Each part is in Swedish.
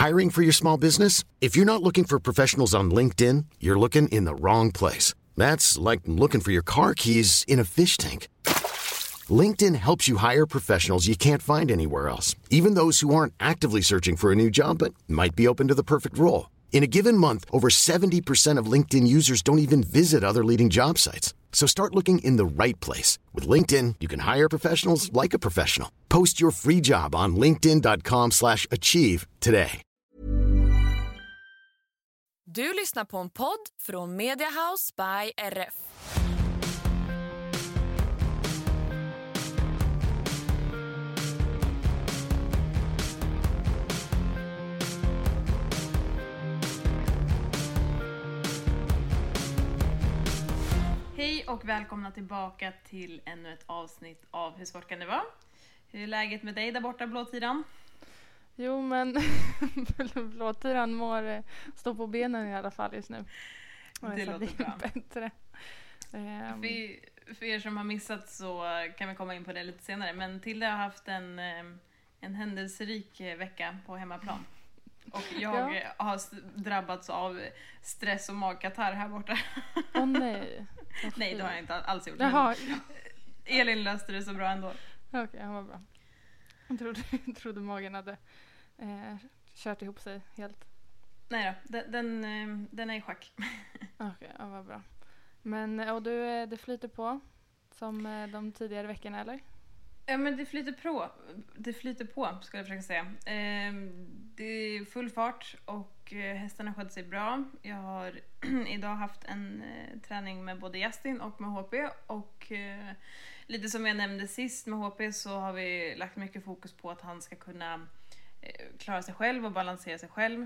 Hiring for your small business? If you're not looking for professionals on LinkedIn, you're looking in the wrong place. That's like looking for your car keys in a fish tank. LinkedIn helps you hire professionals you can't find anywhere else, even those who aren't actively searching for a new job but might be open to the perfect role. In a given month, over 70% of LinkedIn users don't even visit other leading job sites. So start looking in the right place. With LinkedIn, you can hire professionals like a professional. Post your free job on linkedin.com/achieve today. Du lyssnar på en podd från Media House by RF. Hej och välkomna tillbaka till ännu ett avsnitt av Hur svårt kan det vara? Hur är läget med dig där borta, Blåtiran? Jo, men Blåtiran står på benen i alla fall just nu. Det låter bra. Bättre. För er som har missat så kan vi komma in på det lite senare. Men Tilde har haft en händelserik vecka på hemmaplan. Och jag har drabbats av stress och magkatarr här borta. Åh nej. Nej, det har jag inte alls gjort. Jaha. Elin löste det så bra ändå. Okej, han var bra. Jag trodde magen hade kört ihop sig helt. Nej då, den är i schack. Okej, ja, vad bra. Men och det flyter på som de tidigare veckorna, eller? Ja, men det flyter på skulle jag försöka säga. Det är full fart och hästarna sköter sig bra. Jag har idag haft en träning med både Justin och med HP. Och lite som jag nämnde sist med HP så har vi lagt mycket fokus på att han ska kunna klara sig själv och balansera sig själv.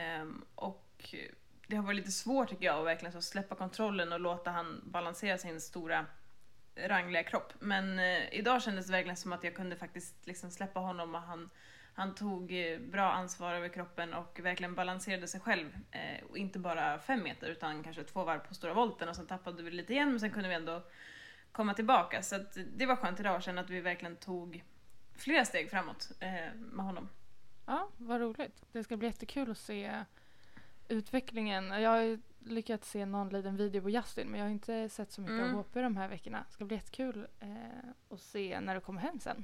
Och det har varit lite svårt tycker jag att verkligen så släppa kontrollen och låta han balansera sin stora rangliga kropp. Men idag kändes det verkligen som att jag kunde faktiskt liksom släppa honom och han tog bra ansvar över kroppen och verkligen balanserade sig själv. Och inte bara 5 meter utan kanske 2 varv på stora volten och sen tappade vi lite igen men sen kunde vi ändå komma tillbaka. Så att det var skönt idag att känna att vi verkligen tog flera steg framåt med honom. Ja, vad roligt. Det ska bli jättekul att se utvecklingen. Jag har ju lyckats se någon liten video på Justin men jag har inte sett så mycket av HP de här veckorna. Det ska bli jättekul att se när du kommer hem sen.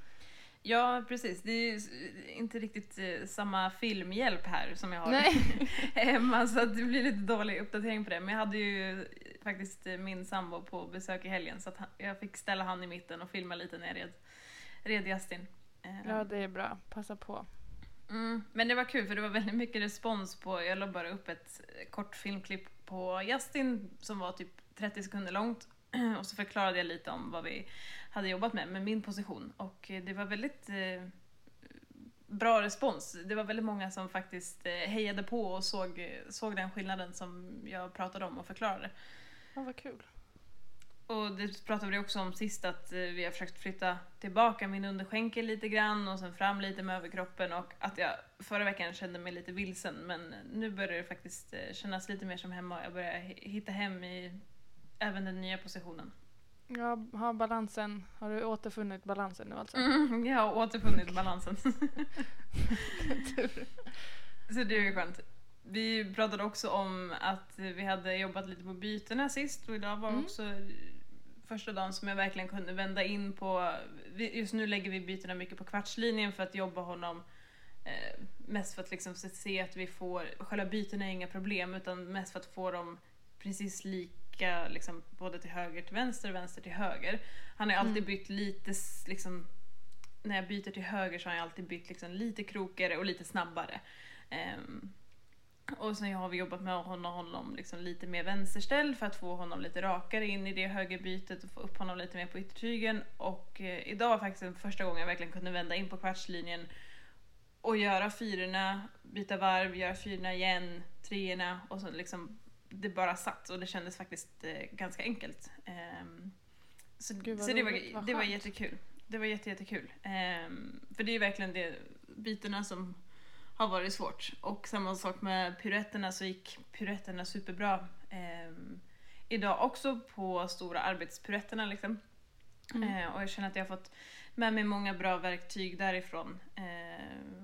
Ja, precis. Det är inte riktigt samma filmhjälp här som jag har hemma så att det blir lite dålig uppdatering på det. Men jag hade ju faktiskt min sambo på besök i helgen så att jag fick ställa han i mitten och filma lite när jag red Justin. Ja, det är bra. Passa på. Men det var kul för det var väldigt mycket respons på, jag la bara upp ett kort filmklipp på Justin som var typ 30 sekunder långt och så förklarade jag lite om vad vi hade jobbat med min position och det var väldigt bra respons. Det var väldigt många som faktiskt hejade på och såg den skillnaden som jag pratade om och förklarade. Ja, vad kul. Och det pratade vi också om sist att vi har försökt flytta tillbaka min underskänkel lite grann och sen fram lite med överkroppen och att jag förra veckan kände mig lite vilsen men nu börjar det faktiskt kännas lite mer som hemma och jag börjar hitta hem i även den nya positionen. Ja, har du återfunnit balansen nu alltså? Jag har återfunnit balansen. Så det är ju skönt. Vi pratade också om att vi hade jobbat lite på bytena sist och idag var också första dagen som jag verkligen kunde vända in på, just nu lägger vi bytena mycket på kvartslinjen för att jobba honom mest för att liksom se att vi får, själva bytena är inga problem utan mest för att få dem precis lika liksom, både till höger till vänster, vänster till höger. Han har alltid bytt lite liksom, när jag byter till höger så har jag alltid bytt liksom, lite krokigare och lite snabbare. Och sen har vi jobbat med honom liksom lite mer vänsterställ för att få honom lite rakare in i det högerbytet och få upp honom lite mer på yttertygen. Och idag var faktiskt den första gången jag verkligen kunde vända in på kvartslinjen och göra 4:orna, byta varv, göra 4:orna igen, 3:orna och så liksom det bara satt och det kändes faktiskt ganska enkelt. Så det var jättekul. Det var jättekul. För det är verkligen det bytena som har varit svårt. Och samma sak med piruetterna, så gick piruetterna superbra. Idag också på stora arbetspiruetterna liksom. Och jag känner att jag har fått med mig många bra verktyg därifrån. Och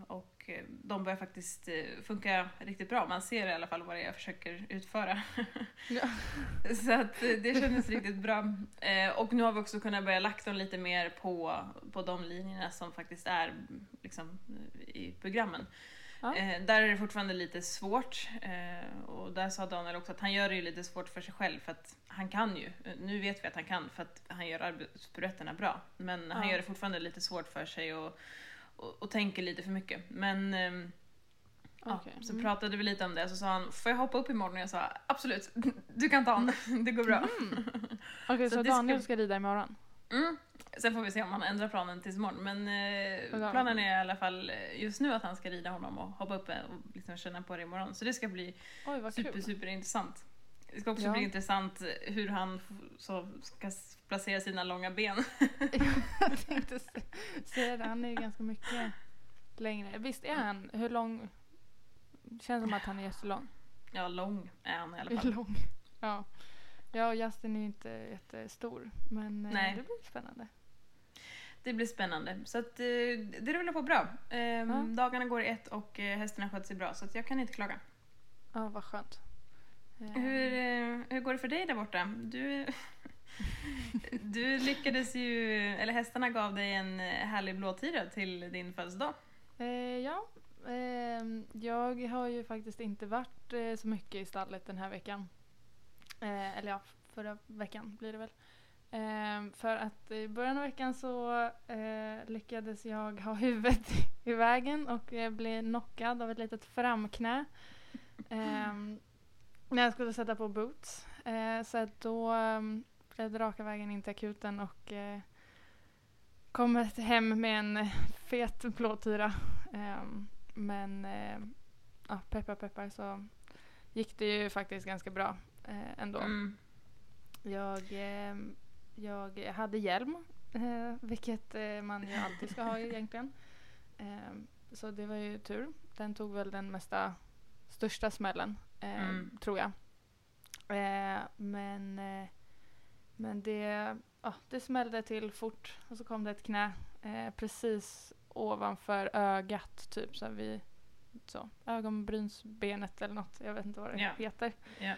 de börjar faktiskt funka riktigt bra. Man ser i alla fall vad jag försöker utföra. Ja. Så att det kändes riktigt bra. Och nu har vi också kunnat börja lagt dem lite mer på de linjerna som faktiskt är liksom, i programmen. Ja. Där är det fortfarande lite svårt. Och där sa Daniel också att han gör det ju lite svårt för sig själv. För att han kan ju. Nu vet vi att han kan för att han gör arbetspyretterna bra. Men han gör det fortfarande lite svårt för sig och tänker lite för mycket. Men så pratade vi lite om det. Så sa han, får jag hoppa upp imorgon? Och jag sa, absolut, du kan ta han. Det går bra. Okej, så Daniel ska rida imorgon? Sen får vi se om han ändrar planen tills imorgon. Men planen är i alla fall just nu att han ska rida honom och hoppa upp och liksom känna på det imorgon. Så det ska bli super intressant. Det ska också bli intressant hur han ska placera sina långa ben. Jag tänkte säga det, han är ju ganska mycket längre. Visst är han, hur lång? Känns som att han är jättelång. Ja, lång är han i alla fall. Lång. Ja. Ja, och Justin är ju inte jättestor, men det blir spännande. Det blir spännande, så att det rullar på bra. Dagarna går i ett och hästarna sköter sig bra, så att jag kan inte klaga. Ja, vad skönt. Hur går det för dig där borta? Du lyckades ju, eller hästarna gav dig en härlig blåtira till din födelsedag. Jag har ju faktiskt inte varit så mycket i stallet den här veckan. Eller ja, förra veckan blir det väl. För att i början av veckan så lyckades jag ha huvudet i vägen och bli knockad av ett litet framknä. När jag skulle sätta på boots. Så att då blev det raka vägen in till akuten och kom hem med en fet blåtira. Men peppar så gick det ju faktiskt ganska bra ändå. Jag hade hjälm, vilket man ju alltid ska ha egentligen. Så det var ju tur. Den tog väl den största smällen, tror jag. Men det smällde till fort och så kom det ett knä precis ovanför ögat, typ så ögonbrynsbenet eller något, jag vet inte vad det heter.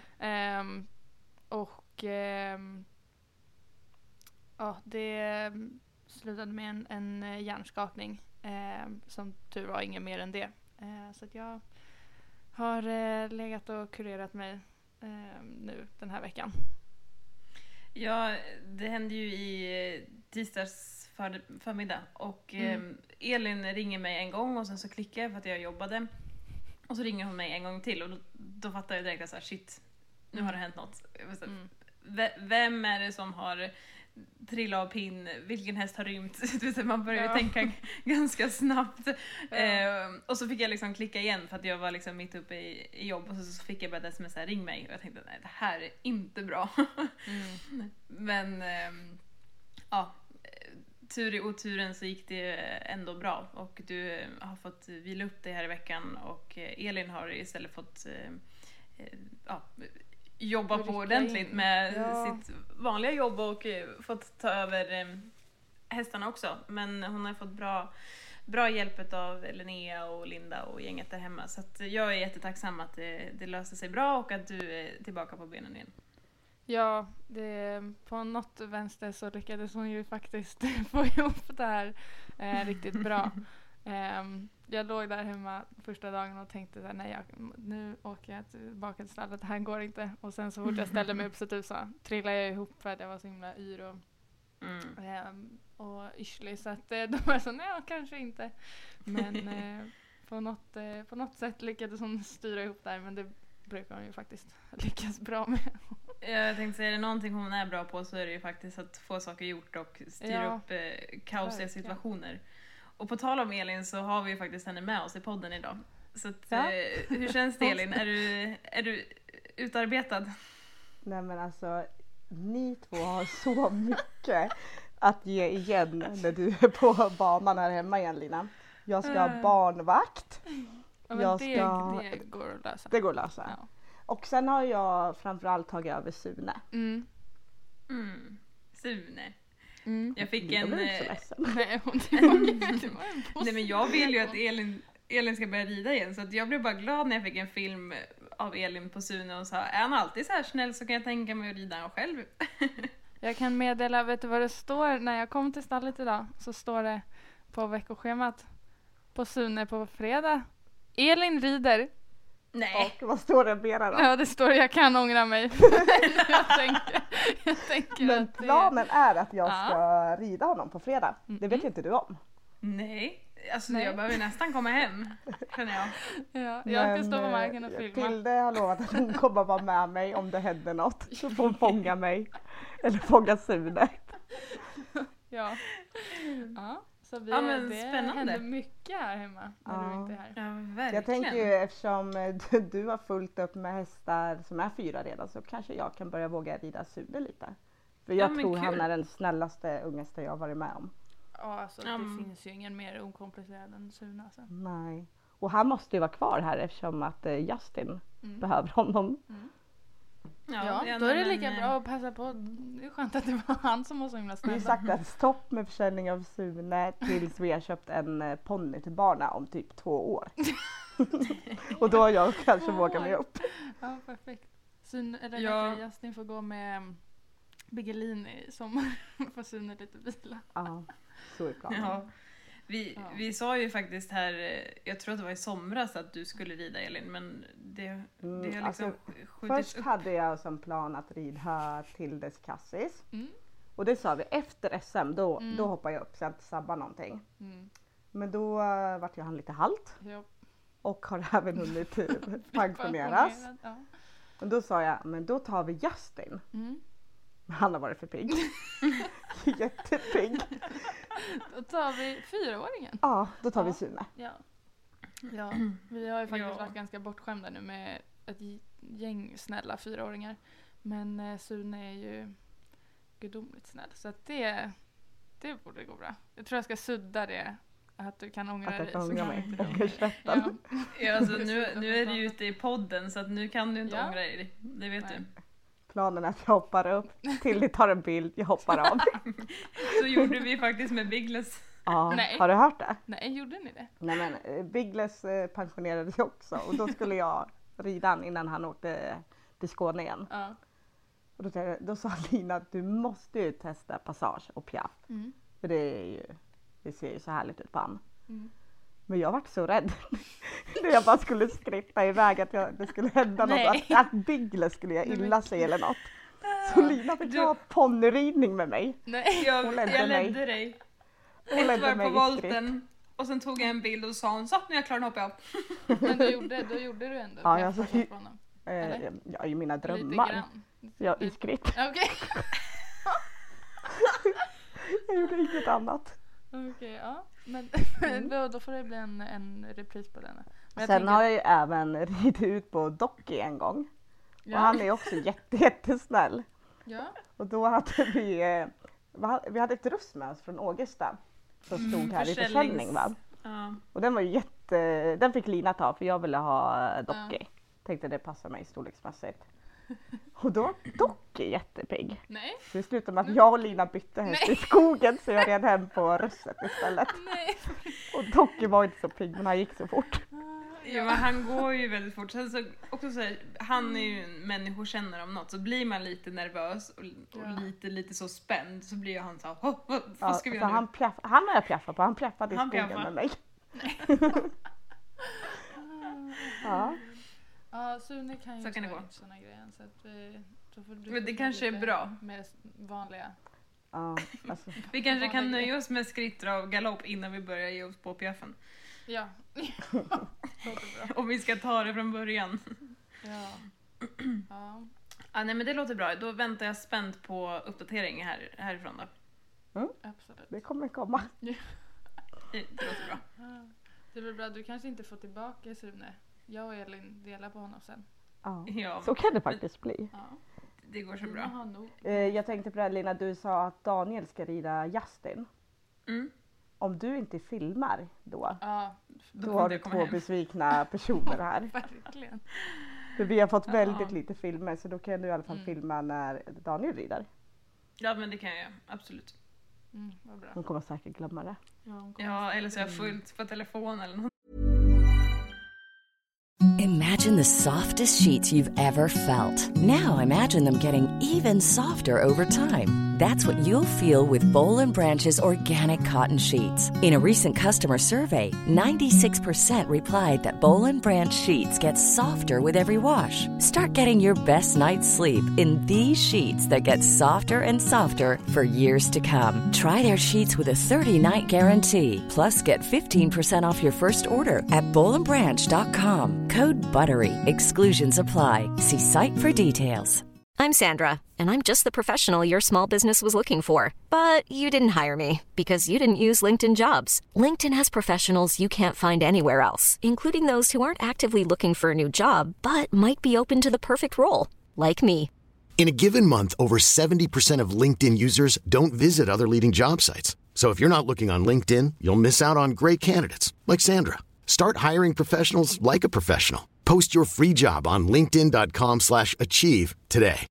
Det slutade med en hjärnskakning, som tur var inget mer än det. Så att jag har legat och kurerat mig nu den här veckan. Ja, det hände ju i tisdags förmiddag och Elin ringer mig en gång och sen så klickar jag för att jag jobbade. Och så ringer hon mig en gång till och då fattar jag direkt att shit, nu har det hänt något. Vem är det som har trillat av pinn? Vilken häst har rymt? Man börjar ju tänka ganska snabbt. Och så fick jag liksom klicka igen för att jag var liksom mitt uppe i jobb och så fick jag bara ett sms här, ring mig. Och jag tänkte, nej, det här är inte bra. Men tur i oturen så gick det ändå bra och du har fått vila upp dig här i veckan och Elin har istället fått jobba på ordentligt med sitt vanliga jobb och fått ta över hästarna också. Men hon har fått bra hjälp av Linnea och Linda och gänget där hemma. Så att jag är jättetacksam att det löste sig bra och att du är tillbaka på benen igen. Ja, på något vänster så lyckades hon ju faktiskt få ihop det här riktigt bra. Jag låg där hemma första dagen och tänkte att nej, nu åker jag tillbaka till stallet, det här går inte. Och sen så fort jag ställde mig upp så trillade jag ihop för att jag var så himla yr och yrslig. Så att de var så, nej, kanske inte. Men på något sätt lyckades hon styra ihop där, men det brukar hon ju faktiskt lyckas bra med. Jag tänkte säga, är det någonting hon är bra på så är det ju faktiskt att få saker gjort och styra upp kaosiga situationer. Och på tal om Elin så har vi ju faktiskt henne med oss i podden idag. Så att, hur känns det, Elin? Är du utarbetad? Nej men alltså, ni två har så mycket att ge igen när du är på banan här hemma igen, Lina. Jag ska ha barnvakt. Ja, det går att lösa. Det går att lösa. Ja. Och sen har jag framförallt tagit över Sune. Sune. Jag fick Jag blev inte så ledsen. Nej, men jag vill ju att Elin Elin ska börja rida igen. Så att jag blev bara glad när jag fick en film av Elin på Sune och sa, är han alltid så här snäll så kan jag tänka mig att rida han själv. Jag kan meddela, vet du vad det står när jag kom till stallet idag? Så står det på veckoschemat på Sune på fredag. Elin rider. Nej. Och vad står det mera då? Ja, det står jag kan ångra mig. jag tänker Men att planen är att jag ska rida honom på fredag. Det vet inte du om. Nej. Alltså Nej. jag behöver nästan komma hem, känner jag. Ja, jag ska stå på marken och filma. Tilde har lovat att hon kommer vara med mig om det händer något. Så får hon fånga mig. Eller fånga Sune. Ja. Så vi, men det spännande. händer mycket här hemma när du inte är här. Ja, verkligen. Jag tänker ju eftersom du har fullt upp med hästar som är 4 redan så kanske jag kan börja våga rida Sune lite. För jag men tror kul. han är den snällaste ungaste jag har varit med om. Ja, alltså det finns ju ingen mer okomplicerad än Sune alltså. Nej. Och han måste ju vara kvar här eftersom att Justin behöver honom. Ja, då är det lika bra att passa på. Det är skönt att det var han som var så himla Vi har snäll. sagt att stopp med försäljning av Sune tills vi har köpt en ponny till barna om typ 2 år. Och då har jag kanske vågat mig upp. Ja, perfekt. Sune, eller Ja. Justin får gå med Bigelin i sommar. Får Sune lite vila. Ja, så är planen. Ja. Vi sa ju faktiskt här, jag tror att det var i somras att du skulle rida Elin, men det har liksom alltså, skjutits Först upp. hade jag som plan att rida till dess Cassis. Mm. Och det sa vi efter SM, då hoppar jag upp så jag inte sabbar någonting. Mm. Men då vart ju han lite halt Ja. och har även hunnit pensioneras. Ja. Men då sa jag, men då tar vi Justin. Mm. Men han har varit för pigg. Jättepigg. Då tar vi 4-åringen. Ja, då tar vi Ja. Sune. Ja. Ja, vi har ju faktiskt Ja. varit ganska bortskämda nu med ett gäng snälla 4-åringar. Men Sune är ju gudomligt snäll. Så att det borde gå bra. Jag tror jag ska sudda det. Att du kan ångra Att jag dig. kan så ångra kan mig. inte du. Ångersvetten. Ja. Ja, alltså, nu är du ute i podden så att nu kan du inte Ja. ångra dig. Det vet Nej. du. Planen är att jag hoppar upp till ni tar en bild, jag hoppar av. Så gjorde vi faktiskt med Biggles. Ja, Nej. har du hört det? Nej, gjorde ni det? Nej men Biggles pensionerades ju också och då skulle jag rida han innan han åkte till Skåne igen. Ja. Och då sa Lina att du måste ju testa Passage och Piaf. Mm. För det ser ju så härligt ut på han. Mm. Men jag vart så rädd. När jag bara skulle skritta iväg att det skulle hända Nej. något. Att Biggles skulle göra illa sig eller något. Så Lina fick ha ponnyridning med mig. Nej. Jag ledde mig. ledde dig. Hon Ett ledde varv mig på i skritt. volten. Och sen tog jag en bild och sa hon, så nu är jag klar, nu hoppar jag av. Men då gjorde du ändå. Ja, Jag alltså, får på honom. Eller? Ja, i mina Lite drömmar. grann. Ja, i skritt. Okej. Jag gjorde inget annat. Okej, ja. Men då får det bli en repris på den. Men jag Sen tänker- har jag ju även ridit ut på Docky en gång. Ja. Och han är också jättesnäll. Ja. Och då hade vi hade ett russ med oss från Ågesta. Som stod här i försäljning va. Ja. Och den var ju den fick Lina ta för jag ville ha Docky. Tänkte det passar mig storleksmässigt. Och då var Docky jättepigg. Nej. Så det slutade med att jag och Lina bytte häst i skogen så jag red hem på russet istället. Nej. Och Docky var inte så pigg men han gick så fort. Ja, men han går ju väldigt fort. Sen så också så här, han är ju en människokännare om något. Så blir man lite nervös och lite så spänd så blir ju han så här, vad Ja, ska vi så göra nu? han har jag piaffat på, han piaffade i Han skogen piaffar. med mig. Ja. Ja, Sune kan ju Så kan det tyvärr gå. inte såna grejer. Så att då får du Men det få kanske är lite bra. Mer vanliga. Ja, alltså, Vi kanske kan nöja oss med skritt och galopp innan vi börjar ge oss på piaffen. Ja. Låter bra. Om vi ska ta det från början. Ja. Ja. Ja, nej men det låter bra. Då väntar jag spänt på uppdatering härifrån då. Absolut. det kommer komma. Det låter bra. Det är väl bra, du kanske inte får tillbaka Sune. Jag och Elin delar på honom sen. Ja. Ja, Så kan det faktiskt bli. Ja. det går så Lina bra. har nog. Jag tänkte på det här, Lina, du sa att Daniel ska rida Justin. Mm. Om du inte filmar då Ja, har får du jag komma 2 hem. besvikna personer här. verkligen. För vi har fått Ja. väldigt lite filmer så då kan du i alla fall filma när Daniel rider. Ja, men det kan jag göra. Absolut. Vad bra. Hon kommer säkert glömma det. Ja, hon kommer Ja, eller så är jag fullt på telefon eller något. Imagine the softest sheets you've ever felt. Now imagine them getting even softer over time. That's what you'll feel with Boll and Branch's organic cotton sheets. In a recent customer survey, 96% replied that Boll and Branch sheets get softer with every wash. Start getting your best night's sleep in these sheets that get softer and softer for years to come. Try their sheets with a 30-night guarantee. Plus, get 15% off your first order at bollandbranch.com. Code BUTTERY. Exclusions apply. See site for details. I'm Sandra, and I'm just the professional your small business was looking for. But you didn't hire me because you didn't use LinkedIn Jobs. LinkedIn has professionals you can't find anywhere else, including those who aren't actively looking for a new job, but might be open to the perfect role, like me. In a given month, over 70% of LinkedIn users don't visit other leading job sites. So if you're not looking on LinkedIn, you'll miss out on great candidates like Sandra. Start hiring professionals like a professional. Post your free job on linkedin.com/achieve today.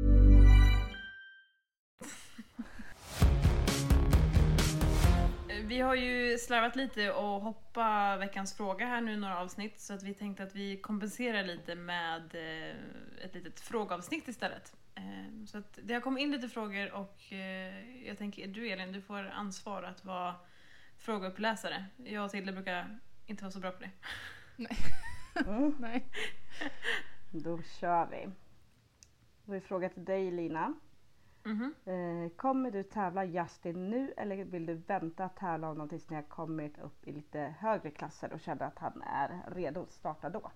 Vi har ju slarvat lite och hoppa veckans fråga här nu några avsnitt, så att vi tänkte att vi kompenserar lite med ett litet frågeavsnitt istället. Så att det har kommit in lite frågor och jag tänker du Elin, du får ansvar att vara frågeuppläsare. Jag och Tilde brukar inte vara så bra på det. Nej. Nej. Då kör vi. Då är fråga till dig Lina. Kommer du tävla Justin nu eller vill du vänta att tävla om någonting som har kommit upp i lite högre klasser och känner att han är redo att starta då?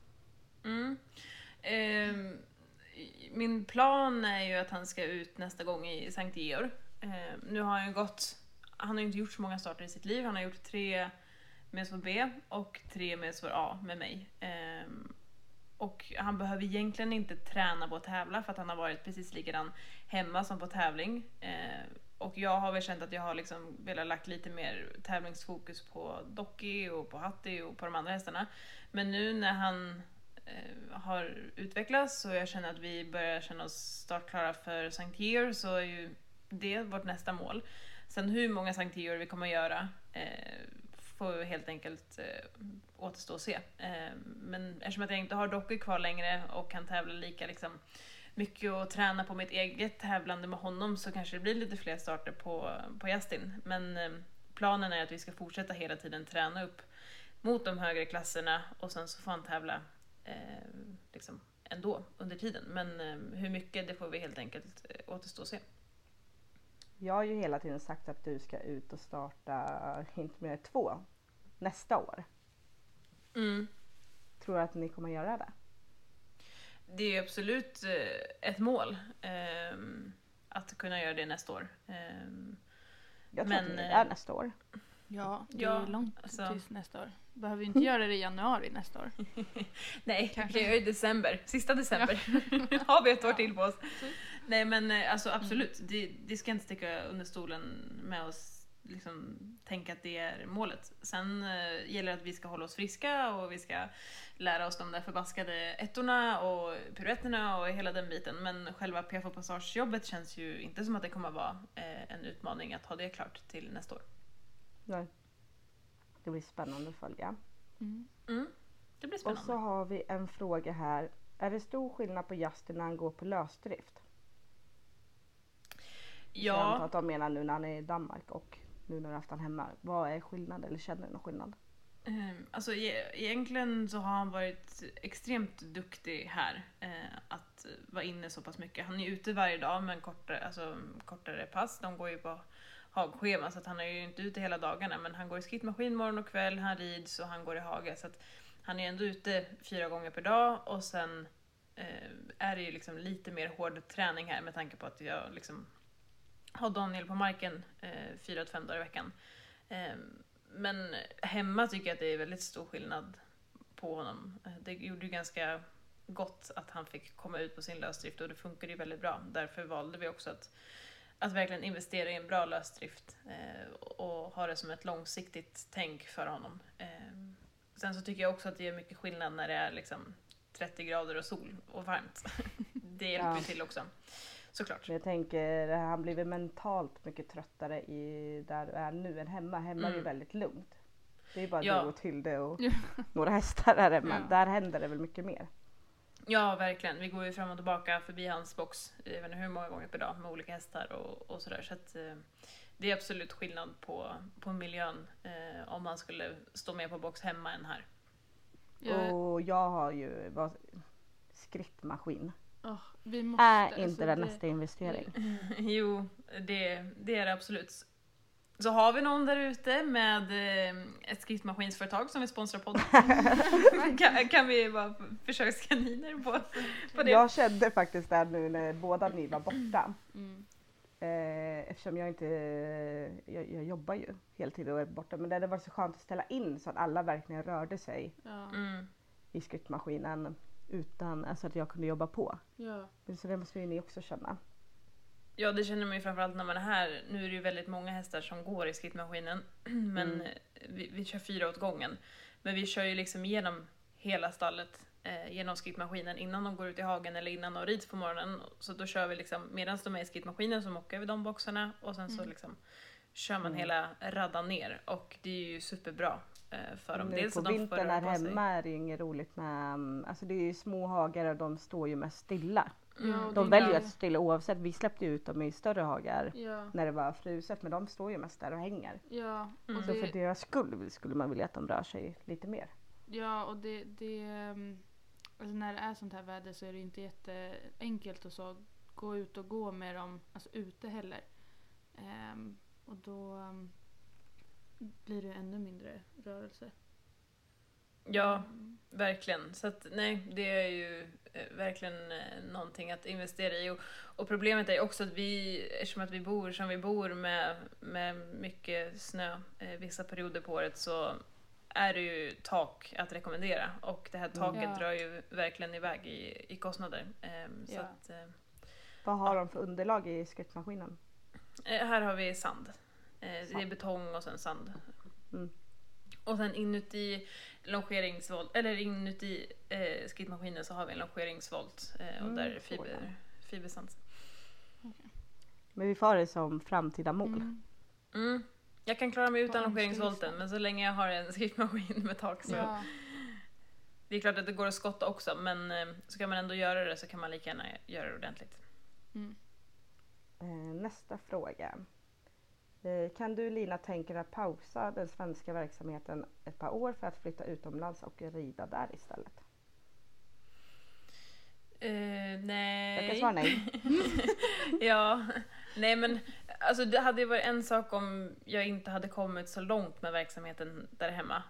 Min plan är ju att han ska ut nästa gång i Sankt Georg. Nu har han har inte gjort så många starter i sitt liv. Han har gjort 3 med SVB B och 3 med SVB A med mig. Och han behöver egentligen inte träna på att tävla för att han har varit precis likadan hemma som på tävling. Och jag har väl känt att jag har liksom velat lagt lite mer tävlingsfokus på Docky och på Hatti och på de andra hästarna. Men nu när han har utvecklats och jag känner att vi börjar känna oss startklara för St. Georg, så är ju det vårt nästa mål. Sen hur många St. Georg vi kommer att göra får helt enkelt återstå och se. Men eftersom att jag inte har Docky kvar längre och kan tävla lika liksom mycket och träna på mitt eget tävlande med honom, så kanske det blir lite fler starter på Justin. Men planen är att vi ska fortsätta hela tiden träna upp mot de högre klasserna och sen så får han tävla liksom ändå under tiden. Men hur mycket, det får vi helt enkelt återstå och se. Jag har ju hela tiden sagt att du ska ut och starta inte mer 2 nästa år. Tror du att ni kommer göra det? Det är absolut ett mål att kunna göra det nästa år. Jag tror att det är nästa år. Ja, det är långt tills nästa år. Behöver vi inte göra det i januari nästa år? Nej, kanske gör det i december. Sista december. Har vi ett år till på oss. Nej, men alltså absolut. Det ska inte sticka under stolen med oss. Liksom, tänka att det är målet. Sen gäller det att vi ska hålla oss friska och vi ska lära oss de där förbaskade ettorna och piruetterna och hela den biten. Men själva PF och passagejobbet känns ju inte som att det kommer att vara en utmaning att ha det klart till nästa år. Nej. Det blir spännande att följa. Det blir spännande. Och så har vi en fråga här. Är det stor skillnad på Justin när han går på lösdrift? Ja. Jag antar att de menar nu när han är i Danmark och nu när du har haft han hemma. Vad är skillnad eller känner du någon skillnad? Alltså egentligen så har han varit extremt duktig här att vara inne så pass mycket. Han är ute varje dag men kortare pass. De går ju på hagschema så att han är ju inte ute hela dagarna, men han går i skrittmaskin morgon och kväll, han rids och han går i hage, så att han är ändå ute 4 gånger per dag. Och sen är det ju liksom lite mer hård träning här med tanke på att jag liksom har Daniel på marken 4-5 dagar i veckan. Men hemma tycker jag att det är väldigt stor skillnad på honom. Det gjorde ju ganska gott att han fick komma ut på sin lösdrift och det funkade ju väldigt bra. Därför valde vi också att verkligen investera i en bra lösdrift och ha det som ett långsiktigt tänk för honom. Sen så tycker jag också att det är mycket skillnad när det är liksom 30 grader och sol och varmt. Det hjälper ju till också, såklart. Jag tänker, han blir väl mentalt mycket tröttare där du är nu än hemma. Hemma är det väldigt lugnt. Det är bara Ja. du och Tilde och några hästar där, men där händer det väl mycket mer. Ja, verkligen. Vi går ju fram och tillbaka förbi hans box, jag vet inte hur många gånger per dag, med olika hästar och sådär. Så att det är absolut skillnad på miljön om man skulle stå med på box hemma än här. Och jag har ju skrittmaskin. Vi måste, Är inte det nästa investering? Jo, det är det absolut. Så har vi någon där ute med ett skrittmaskinsföretag som vill sponsra podden kan vi vara försökskaniner på det. Jag kände faktiskt det nu när båda ni var borta. Eftersom jag jobbar ju heltid och är borta. Men det hade varit så skönt att ställa in så att alla verkligen rörde sig i skrittmaskinen utan alltså att jag kunde jobba på. Ja. Så det måste ju ni också känna. Ja, det känner man ju framförallt när man är här. Nu är det ju väldigt många hästar som går i skrittmaskinen. Men vi kör 4 åt gången. Men vi kör ju liksom igenom hela stallet genom skrittmaskinen innan de går ut i hagen eller innan de rids på morgonen. Så då kör vi liksom, medan de är i skrittmaskinen så mockar vi de boxarna och sen så liksom kör man hela raddan ner. Och det är ju superbra för dem. Nu på vintern här hemma är det ju inget roligt med, alltså det är ju små hagar och de står ju mest stilla. De väljer att stilla oavsett. Vi släppte ut dem i större hagar när det var fruset, men de står ju mest där och hänger. Ja, och Så för deras skull skulle man vilja att de rör sig lite mer. Ja, och alltså när det är sånt här väder så är det inte jätteenkelt att så gå ut och gå med dem alltså ute heller. Och då blir det ännu mindre rörelse. Ja, verkligen. Så att nej, det är ju verkligen någonting att investera i. Och problemet är också att eftersom att vi bor som vi bor med mycket snö vissa perioder på året, så är det ju tak att rekommendera. Och det här taket drar ju verkligen iväg i kostnader. Så att, vad har de för underlag i skrittmaskinen? Här har vi sand. Det är betong och sen sand. Och sen inuti longeringsvolt, eller inuti skrittmaskinen så har vi en longeringsvolt och där är fibersand. Okay. Men vi får ha det som framtida mål. Jag kan klara mig utan longeringsvolten, men så länge jag har en skrittmaskin med tak så det är klart att det går att skotta också, men ska man ändå göra det så kan man lika gärna göra det ordentligt. Nästa fråga. Kan du, Lina, tänka dig att pausa den svenska verksamheten ett par år för att flytta utomlands och rida där istället? Nej. Jag kan svara nej. Ja, nej men alltså det hade ju varit en sak om jag inte hade kommit så långt med verksamheten där hemma.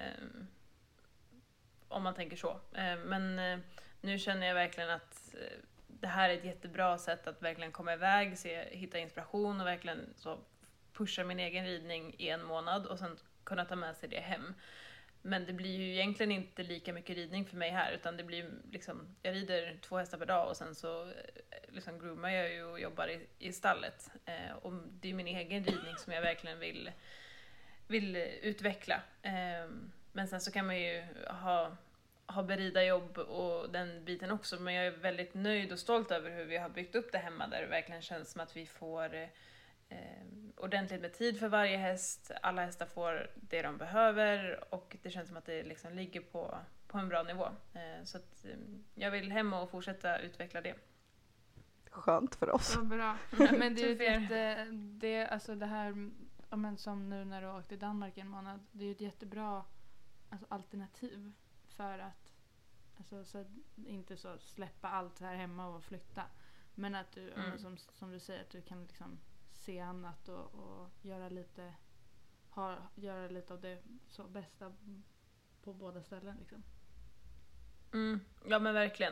Om man tänker så. Men nu känner jag verkligen att det här är ett jättebra sätt att verkligen komma iväg, hitta inspiration och verkligen så pusha min egen ridning i 1 månad och sen kunna ta med sig det hem. Men det blir ju egentligen inte lika mycket ridning för mig här, utan det blir liksom, jag rider 2 hästar per dag och sen så liksom groomar jag ju och jobbar i stallet. Och det är min egen ridning som jag verkligen vill utveckla. Men sen så kan man ju ha beridarjobb och den biten också, men jag är väldigt nöjd och stolt över hur vi har byggt upp det hemma, där det verkligen känns som att vi får ordentligt med tid för varje häst. Alla hästar får det de behöver och det känns som att det liksom ligger på en bra nivå. Så att jag vill hem och fortsätta utveckla det. Skönt för oss. Så bra. Men det är ju alltså det här, men som nu när du åkte till Danmark i 1 månad, det är ju ett jättebra alltså, alternativ för att alltså, så inte så släppa allt här hemma och flytta. Men att du, som du säger, att du kan liksom se annat och göra lite av det så bästa på båda ställen liksom. Ja men verkligen.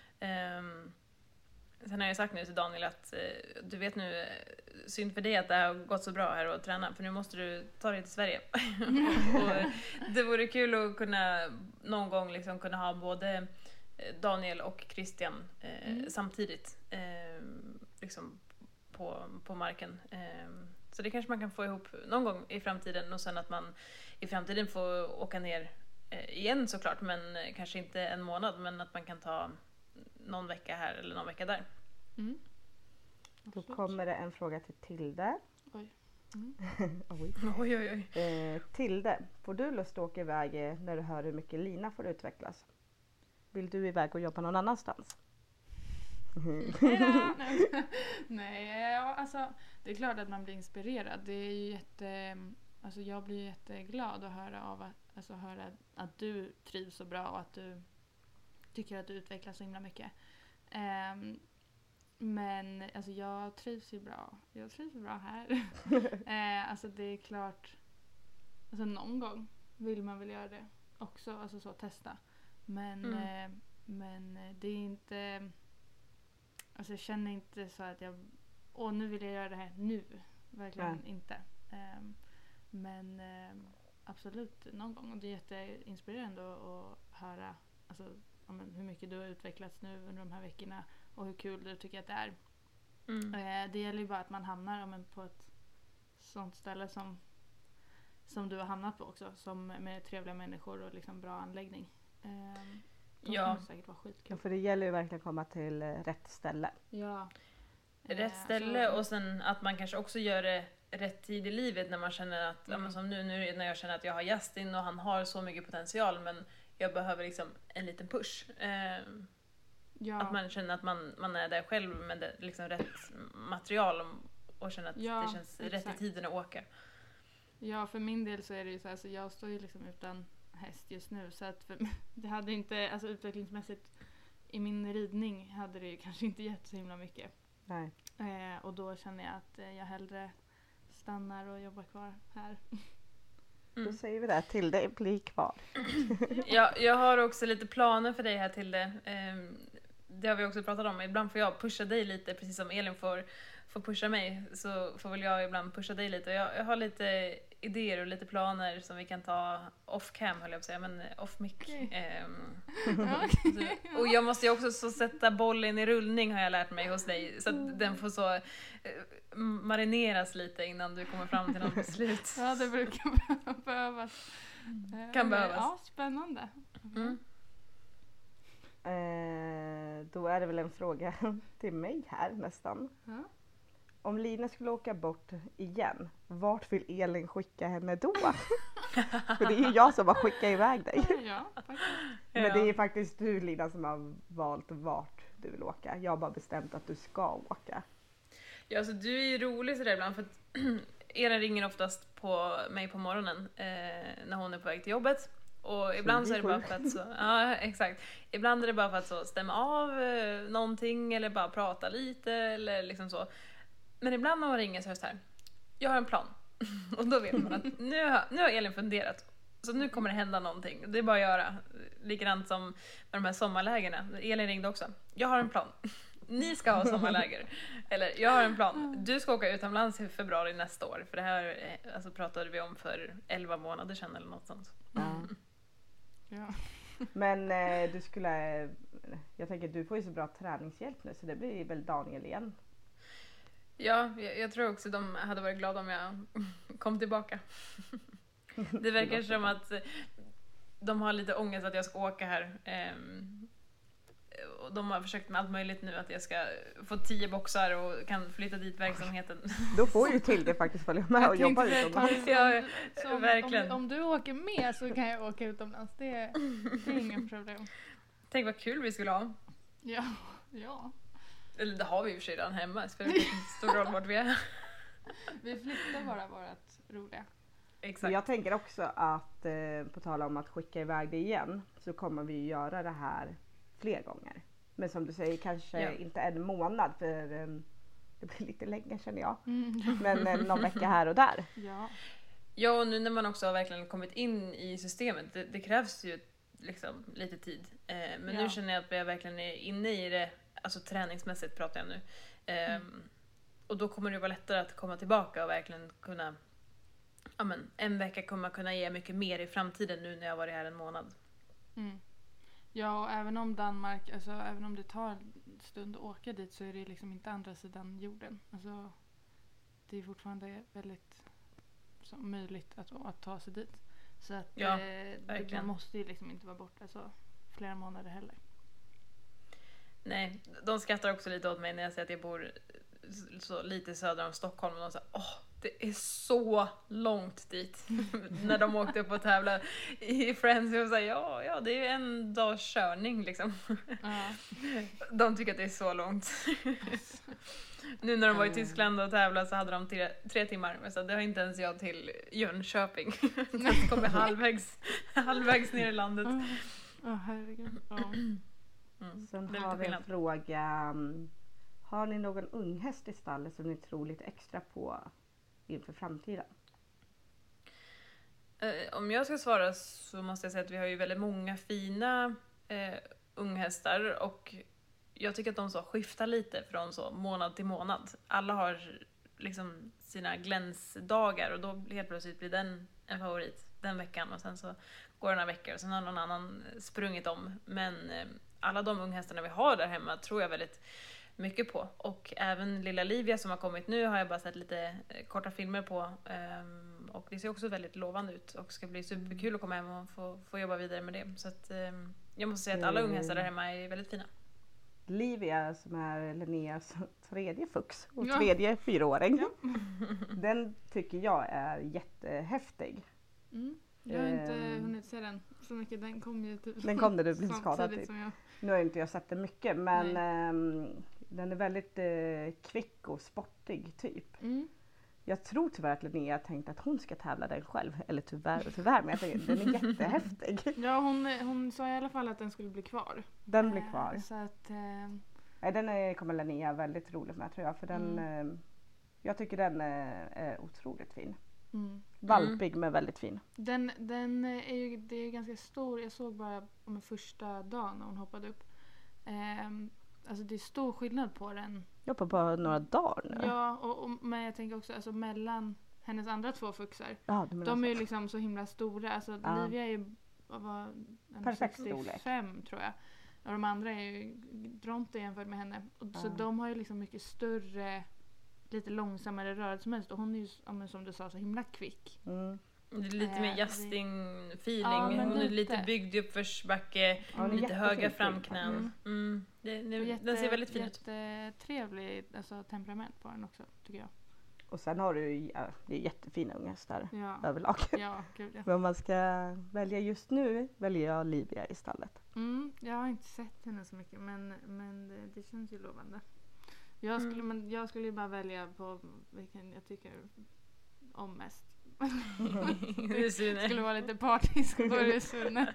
Sen har jag sagt nu till Daniel att du vet nu, synd för dig att det har gått så bra här och träna, för nu måste du ta dig till Sverige. Och det vore kul att kunna någon gång liksom kunna ha både Daniel och Christian samtidigt liksom på marken. Så det kanske man kan få ihop någon gång i framtiden, och sen att man i framtiden får åka ner igen såklart, men kanske inte 1 månad, men att man kan ta någon vecka här eller någon vecka där. Då kommer det en fråga till Tilde. Oj. Oj. Tilde, får du lust att åka iväg när du hör hur mycket Lina får utvecklas? Vill du iväg och jobba någon annanstans? Nej, alltså det är klart att man blir inspirerad. Det är ju alltså jag blir jätteglad att höra höra att du trivs så bra och att du tycker att du utvecklas så himla mycket. Men alltså jag trivs ju bra. Jag trivs bra här. Alltså det är klart, alltså någon gång vill man väl göra det också, alltså så testa. Men det är inte, alltså jag känner inte så att nu vill jag göra det här nu. Verkligen inte. Men absolut någon gång. Och det är jätteinspirerande att höra alltså, hur mycket du har utvecklats nu under de här veckorna och hur kul du tycker att det är. Det gäller ju bara att man hamnar på ett sånt ställe som du har hamnat på också, som med trevliga människor och liksom bra anläggning. Det kommer säkert vara skitkul. Ja, för det gäller ju verkligen att komma till rätt ställe. Ja. Rätt ställe och sen att man kanske också gör det rätt tid i livet när man känner att, som nu när jag känner att jag har Justin och han har så mycket potential men jag behöver liksom en liten push. Att man känner att man är där själv med det, liksom rätt material och känner att det känns rätt i tiden att åka. Ja, för min del så är det ju så här, så jag står ju liksom utan häst just nu så att det hade inte, alltså utvecklingsmässigt i min ridning hade det ju kanske inte gett så himla mycket. Nej. Och då känner jag att jag hellre stannar och jobbar kvar här. Då säger vi det till dig, bli kvar. Jag har också lite planer för dig här till det. Det har vi också pratat om. Ibland får jag pusha dig lite, precis som Elin får pusha mig. Så får väl jag ibland pusha dig lite. Jag har lite idéer och lite planer som vi kan ta off-cam, höll jag på att säga, men off-mic. Och jag måste ju också så sätta bollen i rullning, har jag lärt mig hos dig. Så att den får så marineras lite innan du kommer fram till något beslut. Ja, det brukar behövas. Kan behövas. Ja, spännande. Då är det väl en fråga till mig här nästan. Om Lina skulle åka bort igen, vart vill Elin skicka henne då? För det är ju jag som har skickat iväg dig. Ja, faktiskt. Men det är faktiskt du, Lina, som har valt vart du vill åka. Jag har bara bestämt att du ska åka. Ja, alltså du är ju rolig sådär ibland för att Elin ringer oftast på mig på morgonen när hon är på väg till jobbet. Och ibland så är det bara för att ja, exakt. Ibland är det bara för att så stämma av någonting eller bara prata lite eller liksom så. Men ibland när man ringer så är det så här: jag har en plan. Och då vet man att nu har Elin funderat. Så nu kommer det hända någonting. Det är bara att göra. Likadant som med de här sommarlägerna. Elin ringde också. Jag har en plan. Ni ska ha sommarläger. Eller jag har en plan. Du ska åka utomlands i februari nästa år. För det här alltså, pratade vi om för 11 månader sedan eller något sånt. Ja. Men jag tänker du får ju så bra träningshjälp nu, så det blir väl Daniel igen. Ja, jag tror också de hade varit glada om jag kom tillbaka. Det verkar som att de har lite ångest att jag ska åka här. Och de har försökt med allt möjligt nu, att jag ska få 10 boxar och kan flytta dit verksamheten. Då får ju till det faktiskt följa med och jobba utomlands. Ja, verkligen. Om du åker med så kan jag åka utomlands. Det är inga problem. Tänk vad kul vi skulle ha. Ja. Eller det har vi ju för sig redan hemma. Så det spelar inte stor roll vart vi är. Vi flyttar bara vårat roliga. Exakt. Jag tänker också att på tal om att skicka iväg det igen, så kommer vi göra det här fler gånger. Men som du säger, kanske inte en månad, för det blir lite länge känner jag. Men någon vecka här och där. Ja, och nu när man också har verkligen kommit in i systemet, det krävs ju liksom lite tid. Men nu känner jag att jag verkligen är inne i det, alltså träningsmässigt pratar jag nu. Och då kommer det vara lättare att komma tillbaka och verkligen kunna, en vecka kommer man kunna ge mycket mer i framtiden nu när jag har varit här en månad. Ja, och även om Danmark, alltså även om det tar en stund att åka dit, så är det liksom inte andra sidan jorden. Alltså det är fortfarande väldigt möjligt att ta sig dit. Så att man måste ju liksom inte vara borta så flera månader heller. Nej, de skrattar också lite åt mig när jag säger att jag bor så lite söder om Stockholm, och de säger Det är så långt dit. När de åkte upp och tävlade i Friends. Och sa, ja, det är en dags körning liksom. De tycker att det är så långt. Nu när de var i Tyskland och tävlade så hade de 3 timmar. Så det har inte ens jag till Jönköping. De kommer halvvägs ner i landet. Herregud. Sen har vi en fråga. Har ni någon unghäst i stallet som ni tror lite extra på inför framtiden? Om jag ska svara så måste jag säga att vi har ju väldigt många fina unghästar. Och jag tycker att de så skiftar lite från så månad till månad. Alla har liksom sina glänsdagar och då helt plötsligt blir den en favorit den veckan. Och sen så går det några veckor och sen har någon annan sprungit om. Men alla de unghästarna vi har där hemma tror jag väldigt mycket på. Och även lilla Livia som har kommit nu har jag bara sett lite korta filmer på. Och det ser också väldigt lovande ut. Och ska bli superkul att komma hem och få jobba vidare med det. Så att jag måste säga att alla unghästar där hemma är väldigt fina. Livia som är Linneas 3:e fux och 3:e 4-åring. Ja. Den tycker jag är jättehäftig. Jag har inte hunnit se den så mycket. Den kom ju typ den kom när du blev skadad typ. Nu har inte jag sett det mycket men den är väldigt kvick och sportig typ. Jag tror tyvärr att Linnea tänkt att hon ska tävla den själv. Eller tyvärr men jag tänker, den är jättehäftig. Ja hon sa i alla fall att den skulle bli kvar. Den blir kvar. Så att, den kommer Linnea väldigt roligt med tror jag. För den, jag tycker den är otroligt fin. Valpig men väldigt fin. Den är ju, det är ganska stor. Jag såg bara om första dagen när hon hoppade upp. Alltså det är stor skillnad på den. Ja, på bara några dagar nu. Ja, men jag tänker också alltså mellan hennes andra 2 fuxar. Ja, de är ju liksom så himla stora. Alltså Livia är ju perfekt 65 storlek tror jag. Och de andra är ju Dronte jämfört med henne. Och så de har ju liksom mycket större, lite långsammare rörelsemönster. Och hon är ju som du sa så himla kvick. Det är lite mer Justin-feeling. Hon är lite byggd i uppförsbacke, lite höga framknän. Den ser väldigt fin ut. Jättetrevlig alltså, temperament på den också, tycker jag. Och sen har du det är jättefina unghästar överlag. Ja, gud, ja. Men om man ska välja just nu väljer jag Livia i stallet. Jag har inte sett henne så mycket men det känns ju lovande. Jag skulle ju bara välja på vilken jag tycker om mest. Det skulle vara lite partisk. Då är det Sune.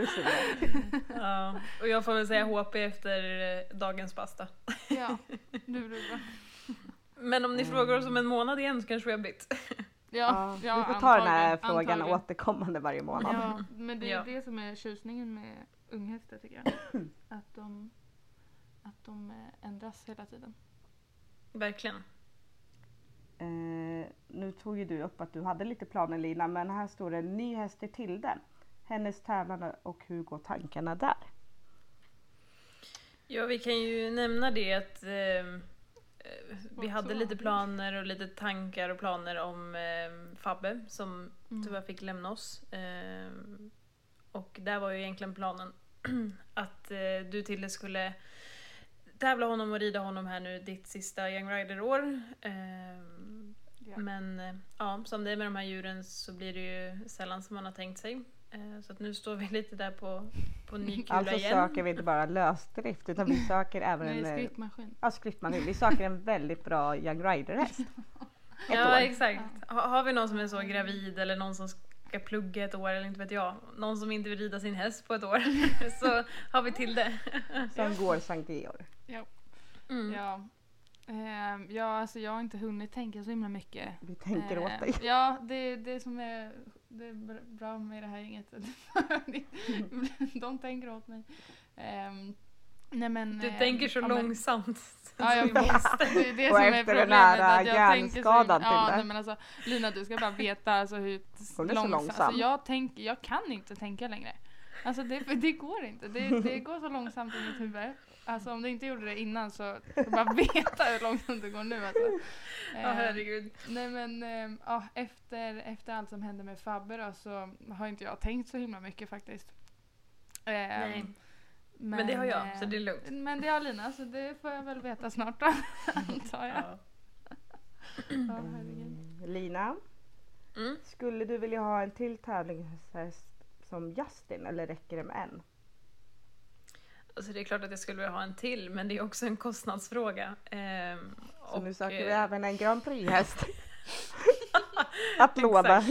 Ja, och jag får väl säga HP efter dagens pasta. Ja, det blir bra. Men om ni frågar oss om en månad igen så kanske vi har bytt. Ja, vi får ta den här frågan återkommande varje månad. Ja, men det är det som är tjusningen med unghästar tycker jag. Att de ändras hela tiden. Verkligen. Nu tog ju du upp att du hade lite planer Lina, men här står det ny häst till Tilde. Hennes tävlande och hur går tankarna där? Ja, vi kan ju nämna det att vi hade lite planer och lite tankar och planer om Fabbe som tyvärr fick lämna oss. Och där var ju egentligen planen att du Tilde skulle tävla honom och rida honom här nu ditt sista Young Rider-år. Men som det är med de här djuren så blir det ju sällan som man har tänkt sig. Så att nu står vi lite där på ny kula alltså igen. Söker vi inte bara lösdrift utan vi söker även en skrittmaskin. Skrittmaskin. Vi söker en väldigt bra Young Rider-häst. Ja, exakt. Har vi någon som är så gravid eller någon som ska plugga ett år eller inte vet jag. Någon som inte vill rida sin häst på ett år. Så har vi till det. Som går Sankt Georg. Ja. Alltså jag har inte hunnit tänka så himla mycket. Vi tänker åt dig. Ja, det som är bra med det här gänget. De tänker åt mig. Nej, men, du tänker så långsamt. Ja, jag visst. Det är det och som efter är den här hjärnskadan till det. Nej, men alltså, Lina, du ska bara veta alltså, hur långsam. Alltså, jag kan inte tänka längre. Alltså det går inte. Det går så långsamt i mitt huvud. Alltså om du inte gjorde det innan så bara veta hur långsamt det går nu. Alltså. Herregud. Nej men efter allt som hände med Fabbe då, så har inte jag tänkt så himla mycket faktiskt. Nej. Men det har jag, så det är lugnt. Men det har Lina, så det får jag väl veta snart då, antar jag. Ja, herregud. Lina, skulle du vilja ha en till tävlingshäst som Justin eller räcker det med en? Alltså det är klart att jag skulle vilja ha en till, men det är också en kostnadsfråga. Så nu söker vi även en Grand Prix-häst att låna.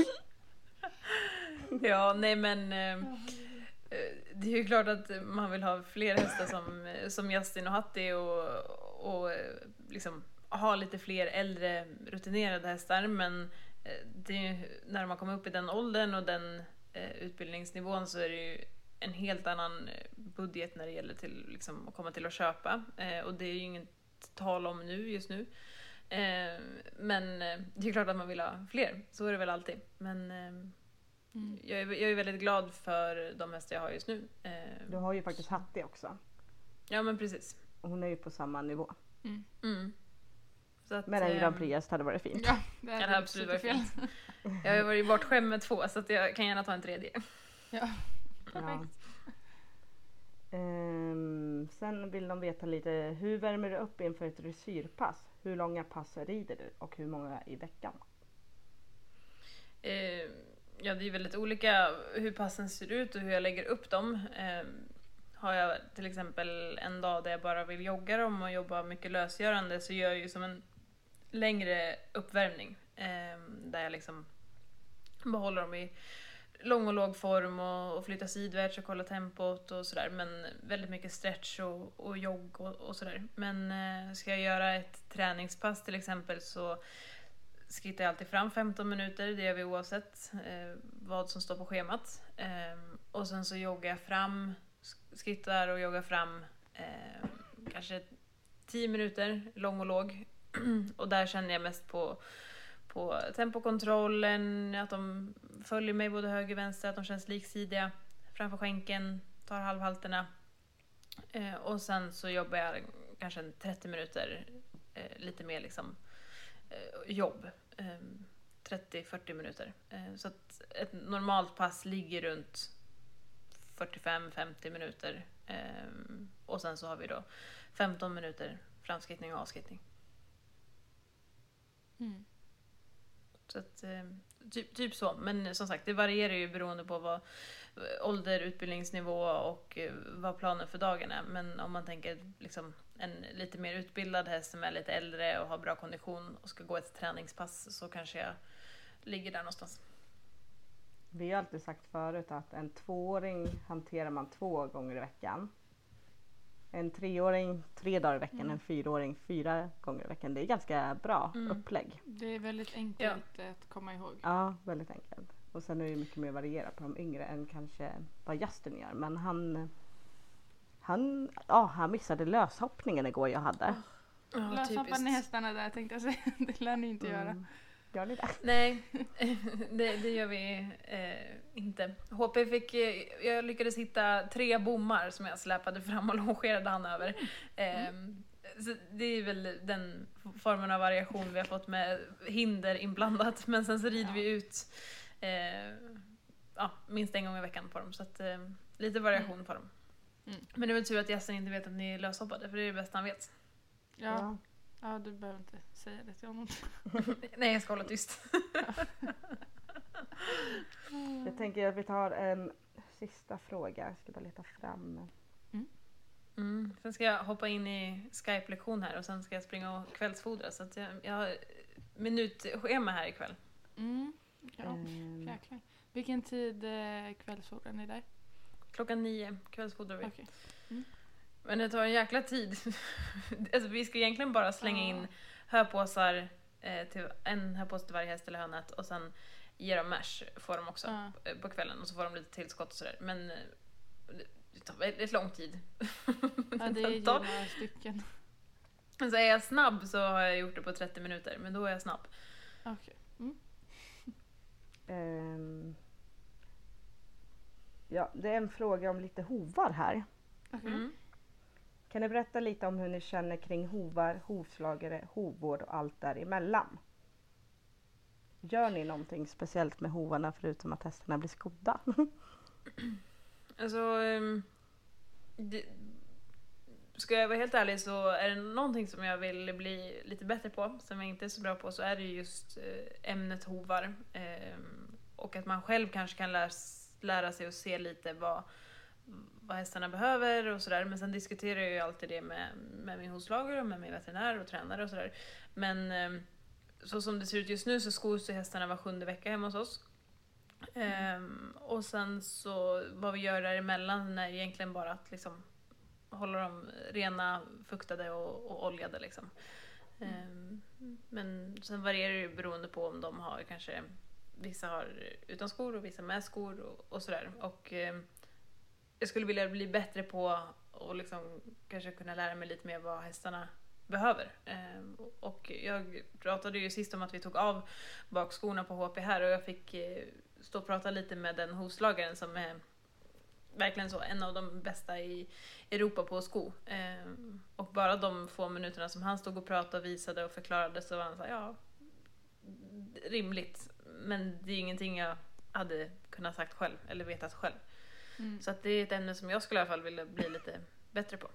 Ja, nej men det är ju klart att man vill ha fler hästar som Justin och Hattie och liksom ha lite fler äldre rutinerade hästar, men när man kommer upp i den åldern och den utbildningsnivån så är det ju en helt annan budget när det gäller till liksom, att komma till att köpa. Och det är ju inget tal om just nu. Men det är klart att man vill ha fler. Så är det väl alltid. Men jag är väldigt glad för de hästar jag har just nu. Du har ju faktiskt Hattie också. Ja, men precis. Hon är ju på samma nivå. Så att, men en Grand Prix hade varit fint. Ja, det hade absolut varit fint. Jag har varit bortskämd med 2, så att jag kan gärna ta en 3D. Ja. Ja. Sen vill de veta lite, hur värmer du upp inför ett dressyrpass? Hur långa pass rider du och hur många i veckan? Ja, det är väldigt olika hur passen ser ut och hur jag lägger upp dem. Har jag till exempel en dag där jag bara vill jogga dem och jobba mycket lösgörande, så gör jag ju som en längre uppvärmning där jag liksom behåller dem i lång och låg form och flytta sidvärts och kolla tempot och sådär, men väldigt mycket stretch och jogg och sådär. Men ska jag göra ett träningspass till exempel så skrittar jag alltid fram 15 minuter, det gör vi oavsett vad som står på schemat. Och sen så joggar jag fram, skrittar och joggar fram kanske 10 minuter, lång och låg. Och där känner jag mest på tempokontrollen, att de följer mig både höger och vänster, att de känns liksidiga framför skänken, tar halvhalterna. Och sen så jobbar jag kanske 30 minuter lite mer liksom jobb. 30-40 minuter. Så att ett normalt pass ligger runt 45-50 minuter. Och sen så har vi då 15 minuter framskrittning och avskrittning. Så att, typ så. Men som sagt, det varierar ju beroende på vad ålder, utbildningsnivå och vad planen för dagen är. Men om man tänker liksom en lite mer utbildad häst som är lite äldre och har bra kondition och ska gå ett träningspass, så kanske jag ligger där någonstans. Vi har alltid sagt förut att en 2-åring hanterar man 2 gånger i veckan. En 3-åring 3 dagar i veckan, en 4-åring 4 gånger i veckan. Det är ganska bra upplägg. Det är väldigt enkelt att komma ihåg. Ja, väldigt enkelt. Och sen är det mycket mer varierat på de yngre än kanske vad Justin gör. Men han missade löshoppningen igår jag hade. Löshoppar ni hästarna där, tänkte jag säga. Det lär ni inte göra. Gör ni det? Nej, det gör vi inte. HP jag lyckades hitta 3 bommar som jag släpade fram och longerade han över. Så det är väl den formen av variation vi har fått med hinder inblandat. Men sen så rider vi ut minst en gång i veckan på dem. Så att, lite variation på dem. Men det är väl tur att gästen inte vet att ni är löshoppade, för det är det bästa han vet. Ja, du behöver inte säga det till honom. Nej, jag ska hålla tyst. Jag tänker att vi tar en sista fråga. Jag ska bara leta fram. Sen ska jag hoppa in i Skype-lektion här och sen ska jag springa och kvällsfodra. Så att jag har minutschema här ikväll. Jäklar. Vilken tid kvällsfodrar ni där? 9:00 kvällsfodrar vi. Okay. Men det tar en jäkla tid. Alltså, vi ska egentligen bara slänga in hörpåsar till en hörpåse till varje häst eller hönät och sen ge dem mash får de också på kvällen och så får de lite tillskott och sådär. Men det tar väldigt lång tid. Ja, det är ju några stycken. Så är jag snabb så har jag gjort det på 30 minuter, men då är jag snabb. Okej. Ja, det är en fråga om lite hovar här. Kan ni berätta lite om hur ni känner kring hovar, hovslagare, hovvård och allt däremellan? Gör ni någonting speciellt med hovarna förutom att hästarna blir skodda? ska jag vara helt ärlig så är det någonting som jag vill bli lite bättre på, som jag inte är så bra på, så är det just ämnet hovar. Och att man själv kanske kan lära sig att se lite vad hästarna behöver och sådär. Men sen diskuterar jag ju alltid det med min hovslagare och med min veterinär och tränare och sådär. Men så som det ser ut just nu så skos ju hästarna var 7:e vecka hemma hos oss. Och sen så vad vi gör däremellan är egentligen bara att liksom hålla dem rena, fuktade och oljade liksom. Men sen varierar det ju beroende på om de har kanske, vissa har utan skor och vissa med skor och sådär. Och jag skulle vilja bli bättre på och liksom kanske kunna lära mig lite mer vad hästarna behöver. Och jag pratade ju sist om att vi tog av bakskorna på HP här och jag fick stå och prata lite med den hovslagaren som är verkligen så en av de bästa i Europa på sko. Och bara de få minuterna som han stod och pratade och visade och förklarade så var han så här, ja, rimligt. Men det är ingenting jag hade kunnat sagt själv eller vetat själv. Så att det är ett ämne som jag skulle i alla fall vilja bli lite bättre på.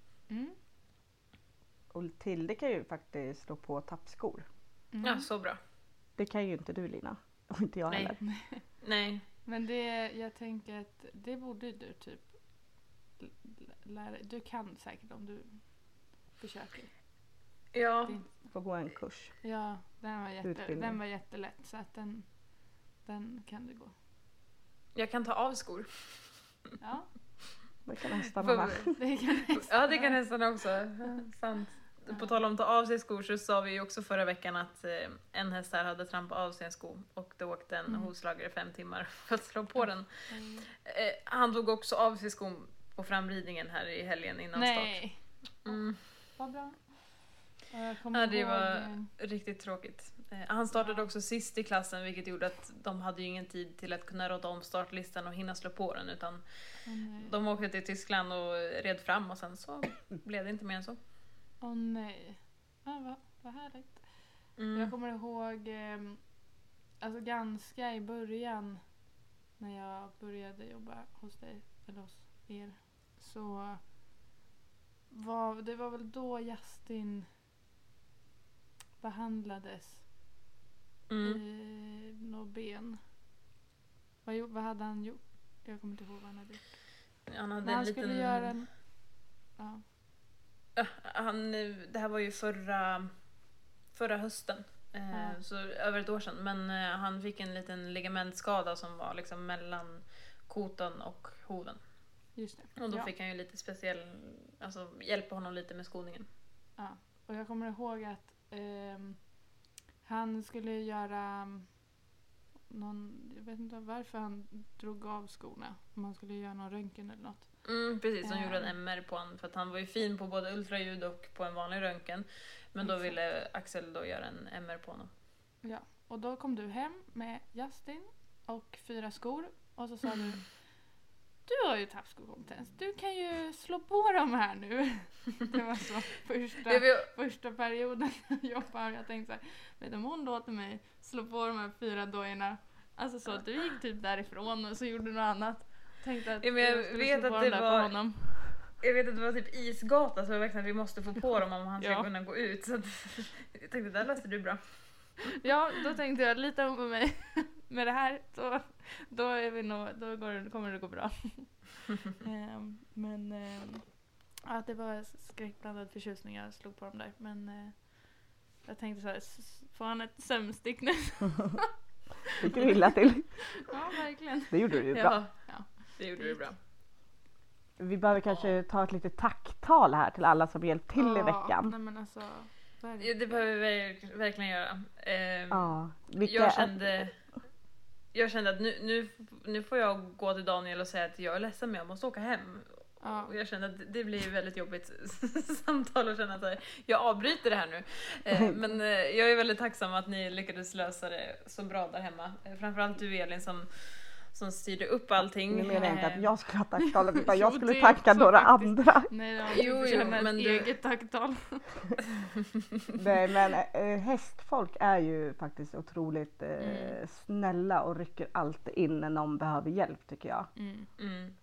Och Tilde kan ju faktiskt slå på tappskor. Ja, så bra. Det kan ju inte du, Lina. Och inte jag heller. Nej. Men jag tänker att det borde du typ lära. Du kan säkert om du försöker. Ja. Får gå en kurs. Ja, den var jättelätt så att den kan du gå. Jag kan ta av skor. Ja. Det kan hästarna med. Ja, det kan hästarna också. Sant. På tal om att ta av sig skor så sa vi ju också förra veckan att en häst här hade trampat av sig en sko och då åkte en hovslagare 5 timmar för att slå på den. Han tog också av sig skon på framridningen här i helgen innan start. Vad bra. Ja, det var riktigt tråkigt. Han startade också sist i klassen vilket gjorde att de hade ju ingen tid till att kunna råda om startlistan och hinna slå på den utan de åkte till Tyskland och red fram och sen så blev det inte mer än så. Åh nej. Vad härligt. Jag kommer ihåg alltså ganska i början när jag började jobba hos dig eller hos er så det var väl då Justin behandlades i något ben. Vad hade han gjort? Jag kommer inte ihåg vad han hade gjort. Han skulle göra en... Ja. Det här var ju förra hösten. Så över ett år sedan. Men han fick en liten ligamentskada som var liksom mellan kotan och hoven. Just det. Och då fick han ju lite speciell, alltså hjälpa honom lite med skoningen. Ja, och jag kommer ihåg att han skulle göra jag vet inte varför han drog av skorna. Om han skulle göra någon röntgen eller något. Precis, de gjorde en MR på honom för att han var ju fin på både ultraljud och på en vanlig röntgen. Men då ville Axel då göra en MR på honom. Ja, och då kom du hem med Justin och 4 skor och så sa du har ju tappskokompetens. Du kan ju slå på dem här nu. Det var så första perioden jag jobbade. Jag tänkte så här, vet du om hon låter mig slå på de här 4 dojorna. Alltså så, du gick typ därifrån och så gjorde du något annat. Tänkte att jag vet att det var honom. Jag vet att det var typ isgata så jag verkligen att vi måste få på dem om han ska kunna gå ut. Så att, jag tänkte, där löste du bra. Ja, då tänkte jag, lita på mig med det här. Då kommer det gå bra. Men det var skräckblandad förtjusning jag slog på dem där. Men jag tänkte så här, får han ett sömnstick nu? Fick du illa till? Ja, verkligen. Det gjorde du ju bra. Ja, det gjorde du bra. Vi behöver kanske ta ett litet tacktal här till alla som hjälpt till i veckan. Nej, men alltså, det behöver vi verkligen göra. Jag kände att nu får jag gå till Daniel och säga att jag är ledsen men jag måste åka hem. Ja. Och jag kände att det blir väldigt jobbigt samtal och känna att jag avbryter det här nu. Men jag är väldigt tacksam att ni lyckades lösa det så bra där hemma. Framförallt du Elin som styrde upp allting. Nu menar jag inte att jag skulle ha tacktalet utan jag skulle tacka några andra. Nej, men eget tacktal. Nej, men hästfolk är ju faktiskt otroligt snälla och rycker alltid in när någon behöver hjälp tycker jag.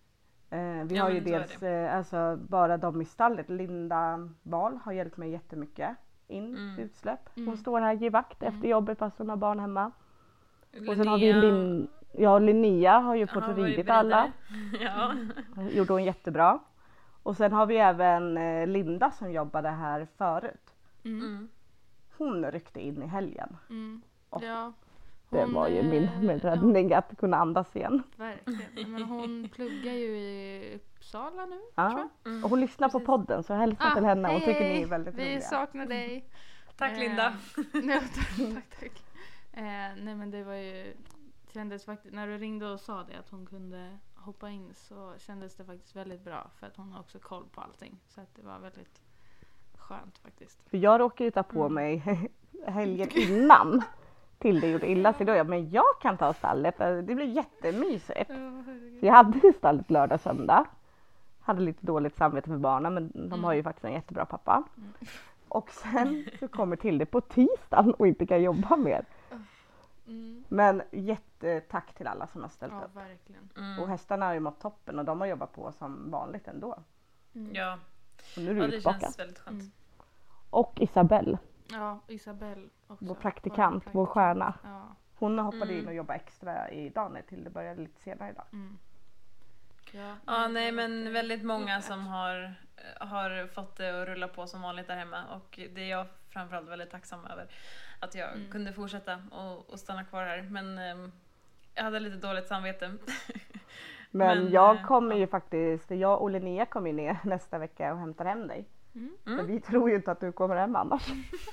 Vi har ju dels alltså, bara de i stallet. Linda Wahl har hjälpt mig jättemycket in utsläpp. Hon står här och ger vakt efter jobbet fast hon har barn hemma. Och sen har vi Linnea har ju fått ridit alla. Ja. Gjorde hon jättebra. Och sen har vi även Linda som jobbade här förut. Hon ryckte in i helgen. Och det var ju min räddning att kunna andas igen. Verkligen. Men hon pluggar ju i Uppsala nu, ja. tror jag. Och hon lyssnar på podden så hälsa till henne och tycker ni är väldigt roliga. Vi saknar dig. Tack Linda. Tack. Nej men det var ju, kändes faktiskt, när du ringde och sa det att hon kunde hoppa in så kändes det faktiskt väldigt bra för att hon har också koll på allting. Så att det var väldigt skönt faktiskt. För jag råkade ju ta på mig helgen innan. Till det gjorde illa sig då. Men jag kan ta stallet. Det blir jättemysigt. Jag hade ju stallet lördag söndag. Hade lite dåligt samvete för barnen. Men de har ju faktiskt en jättebra pappa. Och sen så kommer till det på tisdagen och inte kan jobba mer. Men jättetack till alla som har ställt upp. Verkligen. Och hästarna har ju mått toppen och de har jobbat på som vanligt ändå. Ja. Och nu är det tillbaka. Känns väldigt skönt. Och Isabelle. Ja, Isabelle också. Vår praktikant, vår stjärna. Ja. Hon hoppade in och jobbade extra idag till det började lite senare idag. Ja, nej men väldigt många som har fått det att rulla på som vanligt där hemma. Och det är jag framförallt väldigt tacksam över. Att jag kunde fortsätta och stanna kvar här. Men jag hade lite dåligt samvete. Men jag kommer ju faktiskt, jag och Linnea kommer ner nästa vecka och hämtar hem dig. Men vi tror ju inte att du kommer hem annars.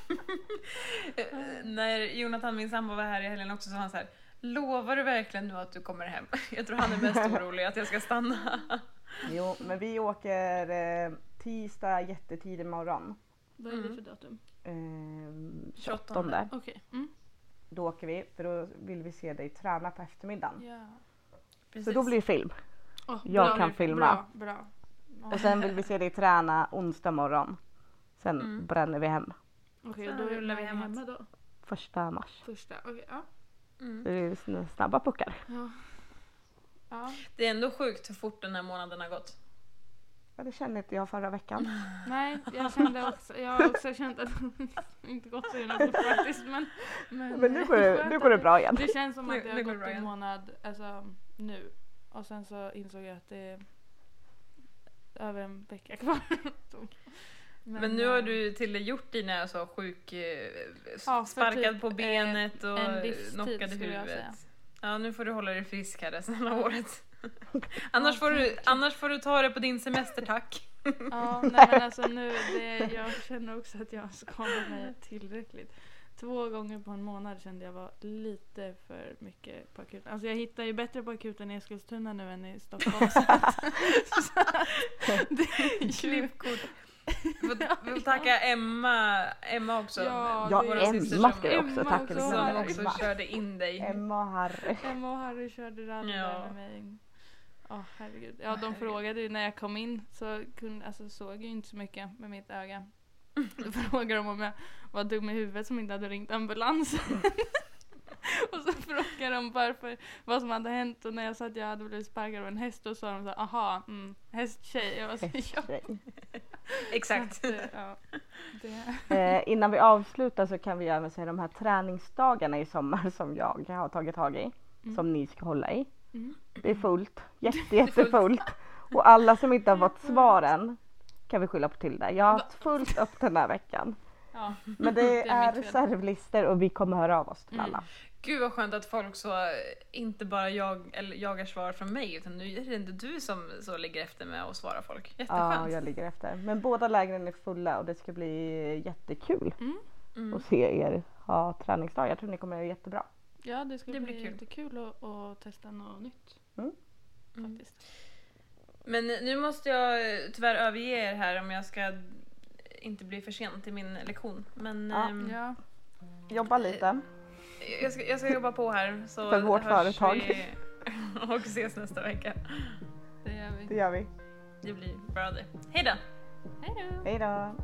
När Jonathan, min sambo, var här i helgen också så han så här: lovar du verkligen nu att du kommer hem? Jag tror han är mest orolig att jag ska stanna. Jo, men vi åker tisdag jättetidig morgon. Vad är det för datum? 28. Okej. Då åker vi, för då vill vi se dig träna på eftermiddagen. Ja. Så då blir det film. Jag kan filma. Bra. Och sen vill vi se dig träna onsdag morgon. Sen bränner vi hem. Okej, då rullar vi hemma då. 1 mars. Okej, ja. Det är snabba puckar. Ja. Det är ändå sjukt hur fort den här månaden har gått. Ja, det kände inte jag förra veckan. Nej, jag har också känt att det inte gått så himla fort faktiskt. Men nu går det bra igen. Det känns som att det har gått en månad nu. Och sen så insåg jag att det är över en vecka kvar. Men nu har du till gjort dina så sjuk, sparkad typ, på benet och knockade huvudet. Ja, nu får du hålla dig frisk här resten av året. annars får du ta det på din semester, tack. Ja, nej men alltså jag känner också att jag skadade mig tillräckligt. 2 gånger på en månad kände jag var lite för mycket på akuten. Alltså jag hittar ju bättre på akuten i Eskilstuna nu än i Stockholm. Klippkort. Vi vill tacka Emma också. Ja, Emma ska jag också tacka. Som också körde in dig. Emma och Harry körde rally där med mig. Herregud. Ja, de frågade ju när jag kom in så såg jag ju inte så mycket med mitt öga. Då frågade de om jag var dum i huvudet som inte hade ringt ambulans. Och så frågade de vad som hade hänt och när jag sa att jag hade blivit sparkad av en häst och sa de så här, aha, hästtjej. Jag var så Exakt. Så att, innan vi avslutar så kan vi även säga de här träningsdagarna i sommar som jag har tagit tag i. Som ni ska hålla i. Det är fullt. Jättefullt. Och alla som inte har fått svaren kan vi skylla på till det. Jag har haft fullt upp den här veckan. Ja, men det är reservlister och vi kommer höra av oss till alla. Gud vad skönt att folk så inte bara jagar svar från mig utan nu är det inte du som så ligger efter med att svara folk. Jätteskönt. Ja, jag ligger efter. Men båda lägren är fulla och det ska bli jättekul att se er ha träningsdag. Jag tror ni kommer göra jättebra. Ja, det ska bli jättekul att testa något nytt. Faktiskt. Men nu måste jag tyvärr överge er här om jag ska inte bli för sen till min lektion. Men jobba lite. Jag ska jobba på här så för vårt företag. Vi och ses nästa vecka. Det gör vi. Det blir bra det. Hej då. Hej då.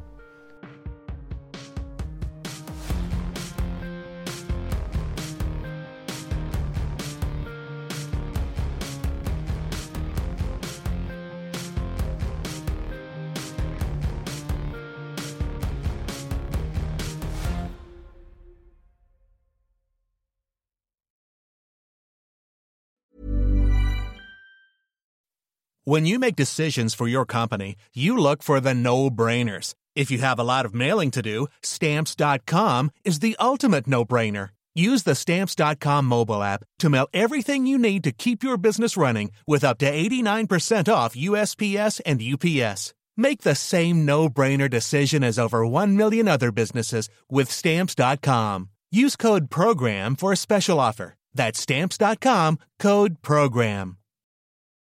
When you make decisions for your company, you look for the no-brainers. If you have a lot of mailing to do, Stamps.com is the ultimate no-brainer. Use the Stamps.com mobile app to mail everything you need to keep your business running with up to 89% off USPS and UPS. Make the same no-brainer decision as over 1 million other businesses with Stamps.com. Use code PROGRAM for a special offer. That's Stamps.com, code PROGRAM.